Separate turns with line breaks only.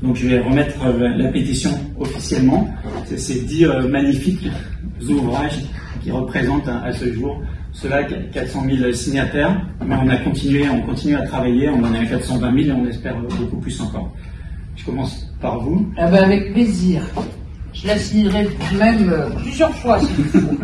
Donc je vais remettre la pétition officiellement. C'est ces 10 magnifiques ouvrages qui représentent à ce jour cela 400 000 signataires. Mais on continue à travailler, on en est à 420 000 et on espère beaucoup plus encore. Je commence par vous.
Ah ben avec plaisir. Je la signerai même plusieurs fois s'il faut.